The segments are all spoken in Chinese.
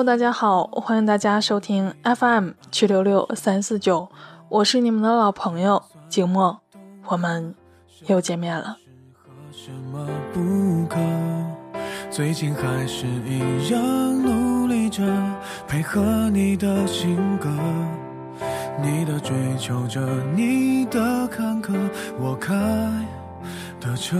大家好，欢迎大家收听 FM766349，我是你们的老朋友景墨，我们又见面了。 什么不可，最近还是一样努力着配合你的性格，你的追求着，你的坎坷，我开的车。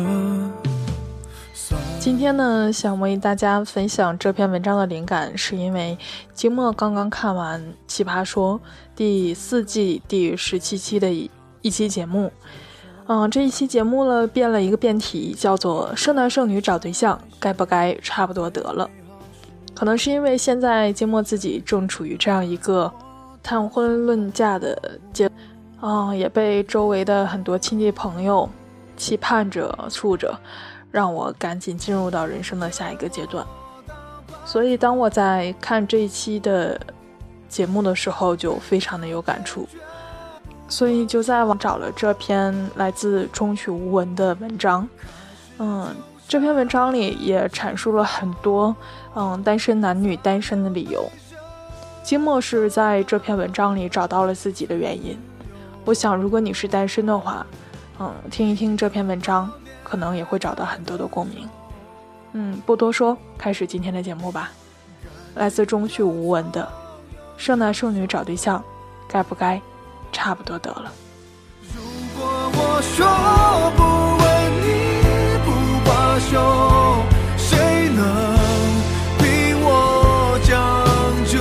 今天呢，想为大家分享这篇文章的灵感，是因为景墨刚刚看完《奇葩说》第4季第17期的一期节目。这一期节目呢，变了一个辩题，叫做剩男剩女找对象该不该差不多得了。可能是因为现在景墨自己正处于这样一个谈婚论嫁的阶段，也被周围的很多亲戚朋友期盼着促着，让我赶紧进入到人生的下一个阶段。所以当我在看这一期的节目的时候，就非常的有感触，所以就在网找了这篇来自中曲无闻的文章。这篇文章里也阐述了很多单身男女单身的理由。景墨是在这篇文章里找到了自己的原因。我想如果你是单身的话，听一听这篇文章，可能也会找到很多的共鸣。不多说，开始今天的节目吧。来自中曲无闻的剩男剩女找对象该不该差不多得了。 如果我说不为你不罢休，谁能逼我将就？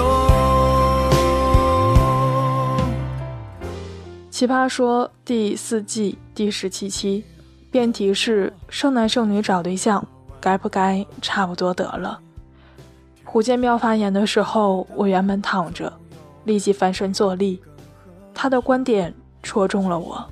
奇葩说第4季第17期，辩题是剩男剩女找对象该不该差不多得了。胡建彪发言的时候，我原本躺着，立即翻身坐立，他的观点戳中了我。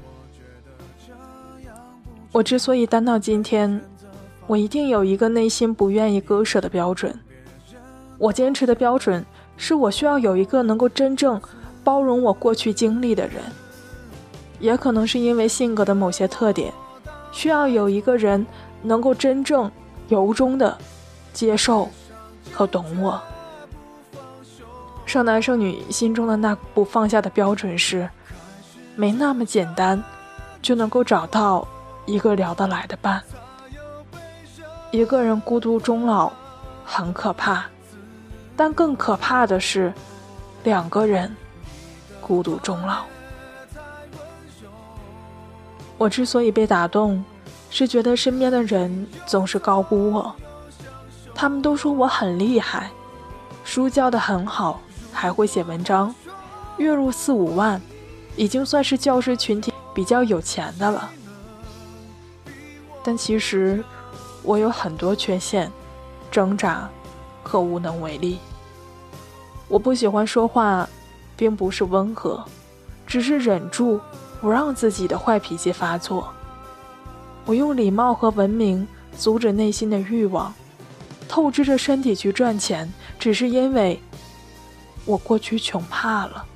我之所以单到今天，我一定有一个内心不愿意割舍的标准。我坚持的标准是我需要有一个能够真正包容我过去经历的人，也可能是因为性格的某些特点，需要有一个人能够真正由衷的接受和懂我。剩男剩女心中的那不放下的标准是，没那么简单就能够找到一个聊得来的伴。一个人孤独终老很可怕，但更可怕的是2个人孤独终老。我之所以被打动，是觉得身边的人总是高估我。他们都说我很厉害，书教得很好，还会写文章，月入4、5万，已经算是教师群体比较有钱的了。但其实我有很多缺陷，挣扎和无能为力。我不喜欢说话，并不是温和，只是忍住不让自己的坏脾气发作。我用礼貌和文明阻止内心的欲望，透支着身体去赚钱，只是因为我过去穷怕了。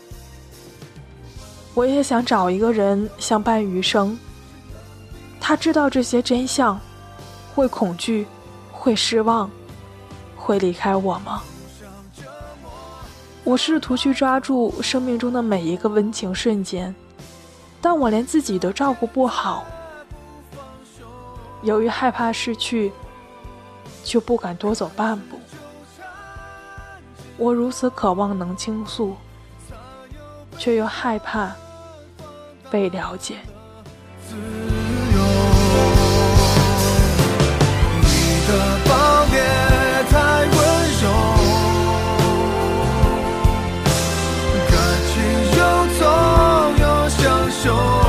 我也想找一个人相伴余生，他知道这些真相，会恐惧，会失望，会离开我吗？我试图去抓住生命中的每一个温情瞬间，但我连自己都照顾不好。由于害怕失去，就不敢多走半步。我如此渴望能倾诉，却又害怕被了解。 自由，你的抱别太温柔，感情又痛又相守。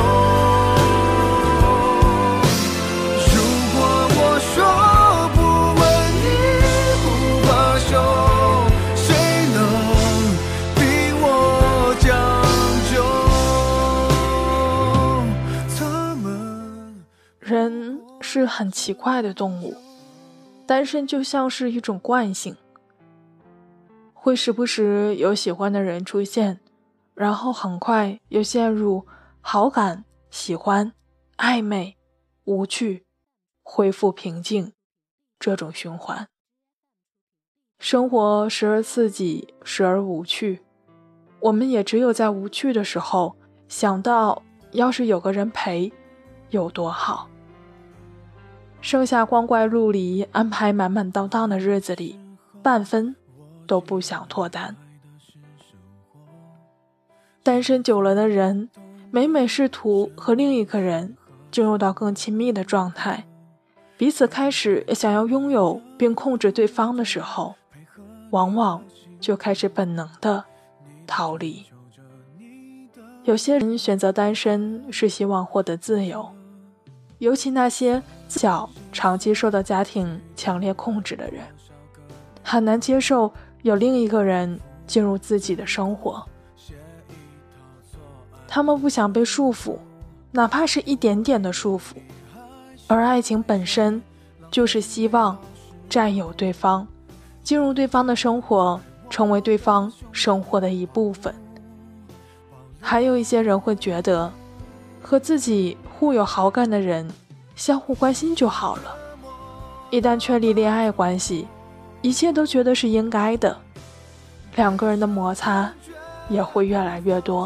人是很奇怪的动物，单身就像是一种惯性，会时不时有喜欢的人出现，然后很快又陷入好感、喜欢、暧昧、无趣、恢复平静这种循环。 生活时而刺激，时而无趣。我们也只有在无趣的时候，想到要是有个人陪，有多好。剩下光怪陆离、安排满满当当的日子里，半分都不想脱单。单身久了的人，每每试图和另一个人进入到更亲密的状态，彼此开始想要拥有并控制对方的时候，往往就开始本能的逃离。有些人选择单身是希望获得自由，尤其那些自小长期受到家庭强烈控制的人，很难接受有另一个人进入自己的生活。他们不想被束缚，哪怕是一点点的束缚，而爱情本身就是希望占有对方，进入对方的生活，成为对方生活的一部分。还有一些人会觉得，和自己互有好感的人相互关心就好了，一旦确立恋爱关系，一切都觉得是应该的，两个人的摩擦也会越来越多。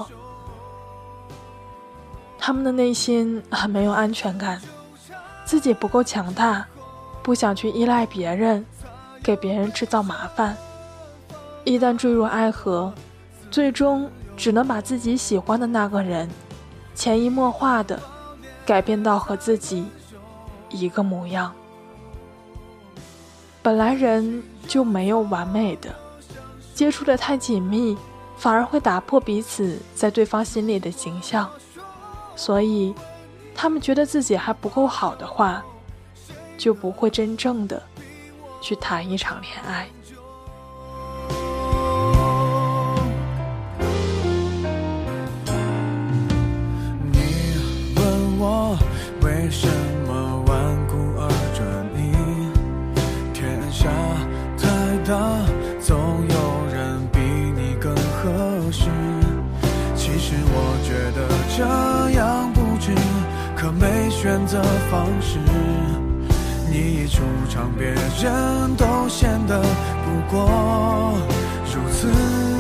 他们的内心很没有安全感，自己不够强大，不想去依赖别人，给别人制造麻烦。一旦坠入爱河，最终只能把自己喜欢的那个人潜移默化地改变到和自己一个模样。本来人就没有完美的，接触得太紧密，反而会打破彼此在对方心里的形象。所以他们觉得自己还不够好的话，就不会真正的去谈一场恋爱。 你问我为什么顽固而专一，天下太大，总有人比你更合适。其实我觉得这样不值，可没选择方式。你一出场，别人都显得不过如此。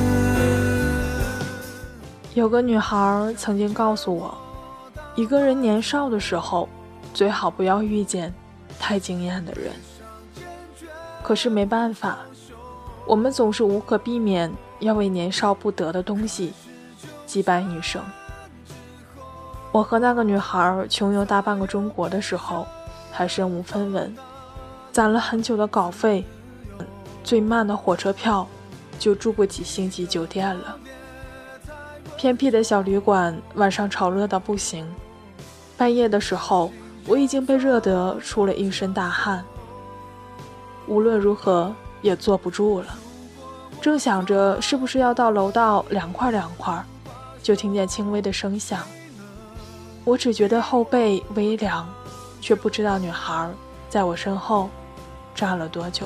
有个女孩曾经告诉我，一个人年少的时候，最好不要遇见太惊艳的人。可是没办法，我们总是无可避免要为年少不得的东西羁绊一生。我和那个女孩穷游大半个中国的时候，还身无分文，攒了很久的稿费，最慢的火车票就住过几星级酒店了。偏僻的小旅馆晚上吵热到不行，半夜的时候我已经被热得出了一身大汗，无论如何也坐不住了。正想着是不是要到楼道凉快凉快，就听见轻微的声响。我只觉得后背微凉，却不知道女孩在我身后站了多久。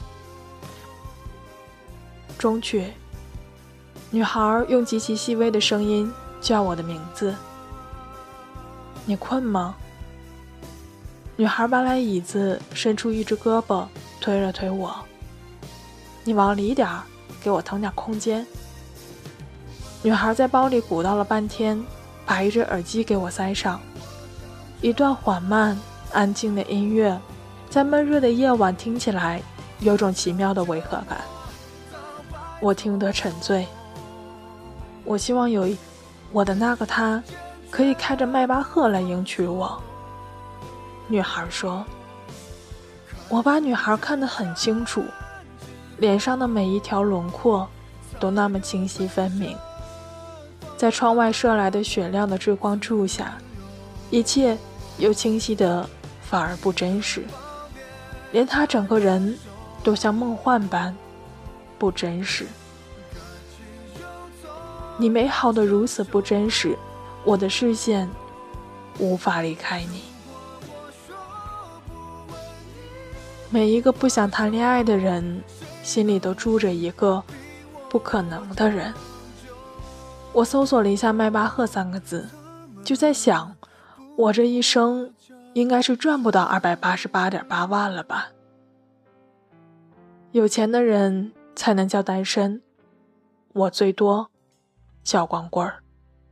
中阙，女孩用极其细微的声音叫我的名字。你困吗？女孩搬来椅子，伸出一只胳膊推了推我。你往里点儿，给我腾点空间。女孩在包里鼓捣了半天，把一只耳机给我塞上。一段缓慢安静的音乐，在闷热的夜晚听起来有种奇妙的违和感，我听得沉醉。我希望我的那个他可以开着迈巴赫来迎娶我。女孩说。我把女孩看得很清楚，脸上的每一条轮廓都那么清晰分明。在窗外射来的雪亮的追光柱下，一切又清晰得反而不真实，连他整个人都像梦幻般不真实。你美好的如此不真实，我的视线无法离开你。每一个不想谈恋爱的人，心里都住着一个不可能的人。我搜索了一下迈巴赫3个字，就在想，我这一生应该是赚不到288.8万了吧。 有钱的人才能叫单身，我最多叫光棍儿。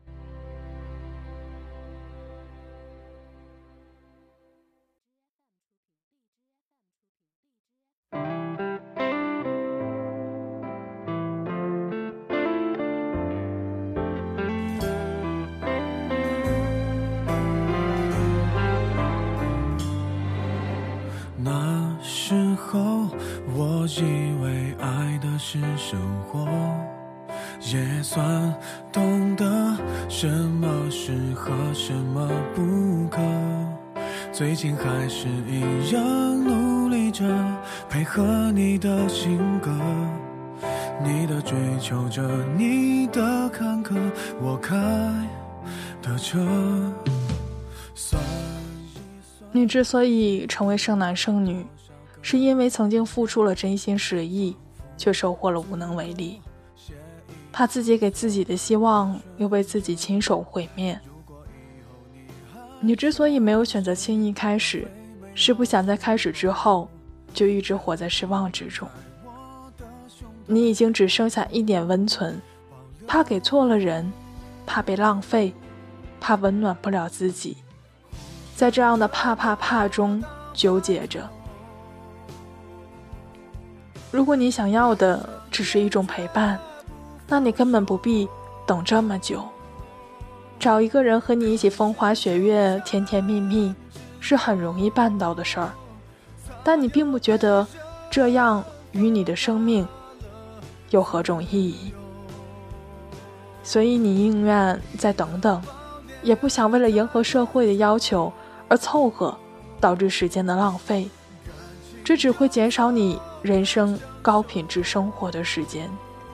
那时候我以为爱的是生活，也算懂得什么适合什么不可，最近还是一样努力着配合你的性格，你的追求着你的坎坷，我开的车。 你之所以成为剩男剩女，是因为曾经付出了真心实意，却收获了无能为力，怕自己给自己的希望又被自己亲手毁灭。你之所以没有选择轻易开始，是不想在开始之后就一直活在失望之中。你已经只剩下一点温存，怕给错了人，怕被浪费，怕温暖不了自己，在这样的怕中纠结着。如果你想要的只是一种陪伴，那你根本不必等这么久。找一个人和你一起风花雪月甜甜蜜蜜是很容易办到的事儿，但你并不觉得这样与你的生命有何种意义，所以你宁愿再等等，也不想为了迎合社会的要求而凑合，导致时间的浪费，这只会减少你人生高品质生活的时间。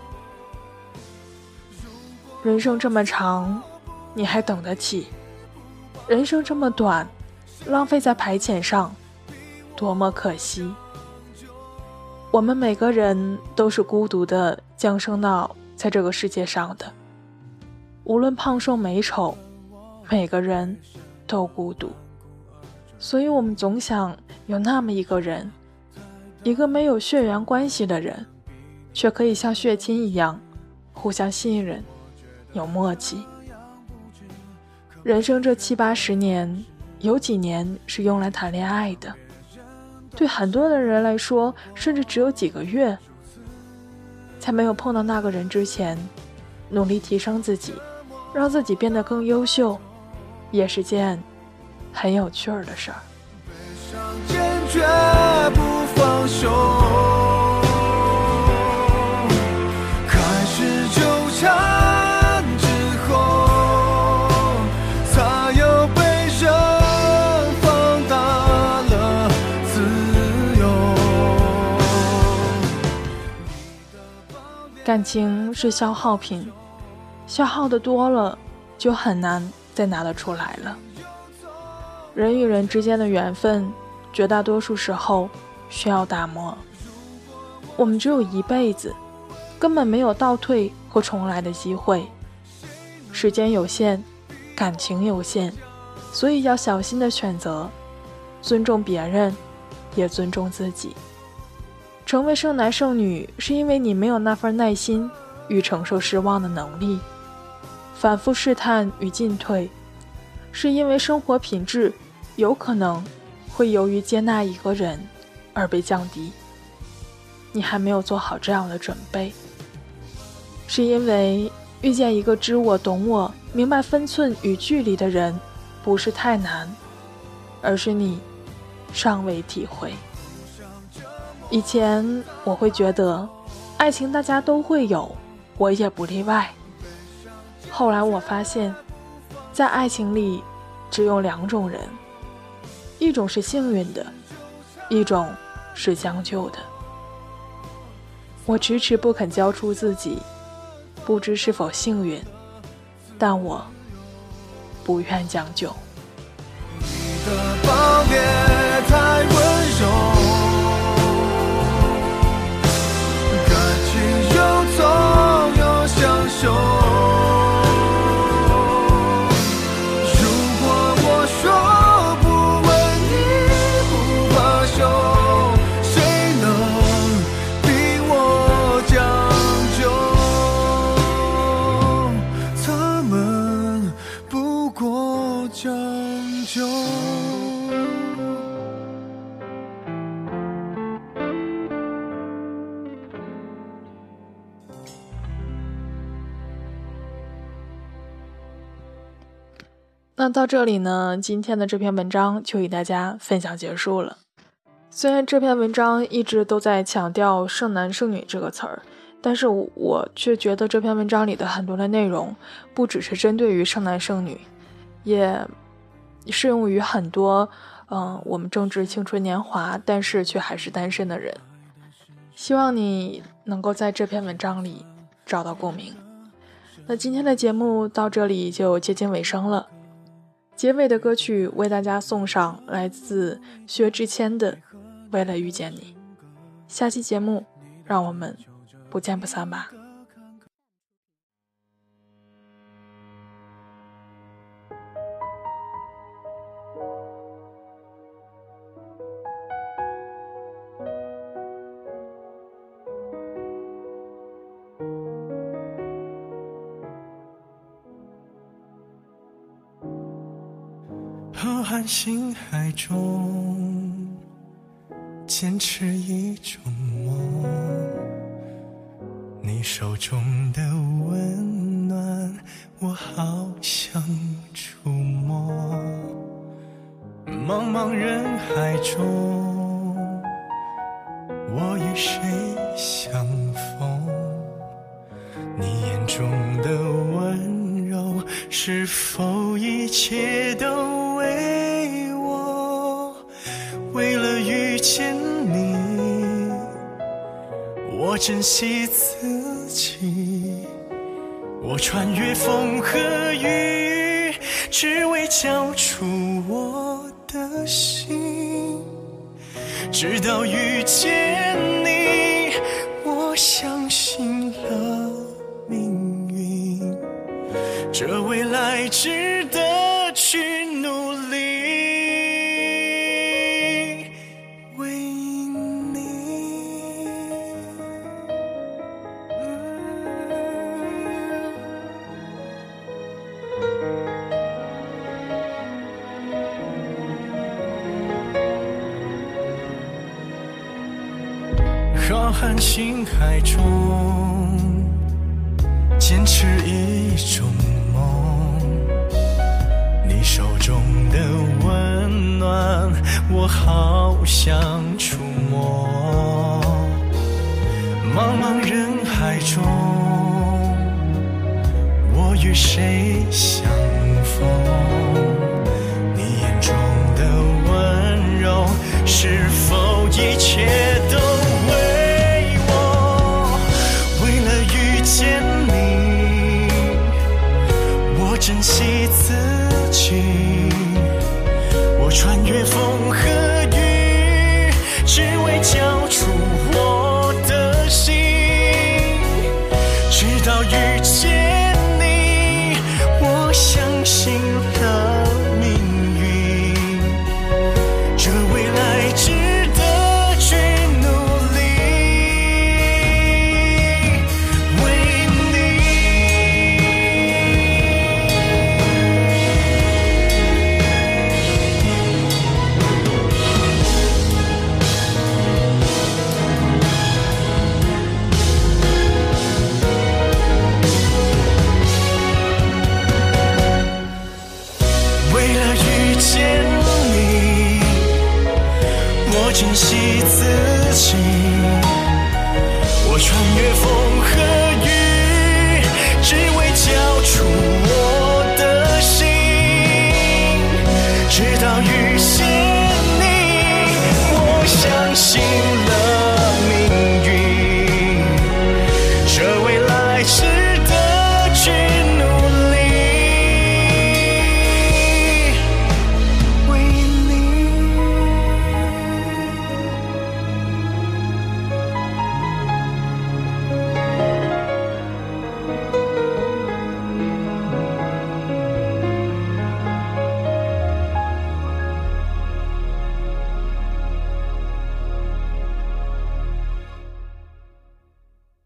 人生这么长，你还等得起？人生这么短，浪费在排遣上，多么可惜。我们每个人都是孤独的降生到在这个世界上的，无论胖瘦美丑，每个人都孤独。所以我们总想有那么一个人，一个没有血缘关系的人，却可以像血亲一样互相信任，有默契。人生这7、80年，有几年是用来谈恋爱的，对很多的人来说，甚至只有几个月。在没有碰到那个人之前，努力提升自己，让自己变得更优秀，也是件很有趣儿的事儿。 坚决不放手，开始纠缠之后，才有被人放大了自由。 感情是消耗品，消耗的多了，就很难再拿得出来了。人与人之间的缘分，绝大多数时候需要打磨。我们只有一辈子，根本没有倒退或重来的机会。时间有限，感情有限，所以要小心的选择，尊重别人，也尊重自己。成为剩男剩女，是因为你没有那份耐心与承受失望的能力。反复试探与进退，是因为生活品质有可能会由于接纳一个人而被降低，你还没有做好这样的准备。是因为遇见一个知我懂我明白分寸与距离的人不是太难，而是你尚未体会。以前我会觉得爱情大家都会有，我也不例外。后来我发现，在爱情里只有2种人，一种是幸运的，一种是将就的。我迟迟不肯交出自己，不知是否幸运，但我不愿将就。 你的抱别太温柔，感情又痛又享受。 那到这里呢，今天的这篇文章就与大家分享结束了。虽然这篇文章一直都在强调剩男剩女这个词儿，但是我却觉得这篇文章里的很多的内容不只是针对于剩男剩女，也适用于很多我们正值青春年华但是却还是单身的人。希望你能够在这篇文章里找到共鸣。那今天的节目到这里就接近尾声了，结尾的歌曲为大家送上来自薛之谦的《为了遇见你》。下期节目让我们不见不散吧。 浩瀚星海中，坚持一种梦，你手中的温暖，我好想触摸。茫茫人海中，我与谁相逢？你眼中的温柔，是否一切都为我？为了遇见你，我珍惜自己，我穿越风和雨，只为交出我的心。直到遇见你，我相信了命运，这未来值得去努力，为你。浩瀚星海中，坚持一种梦，你手中的温暖，我好想触摸。茫茫人海中，我与谁相逢？你眼中的温柔，是否一切都为我？为了遇见你，我珍惜自己，我穿越风和雨，只为交出我的心。直到遇见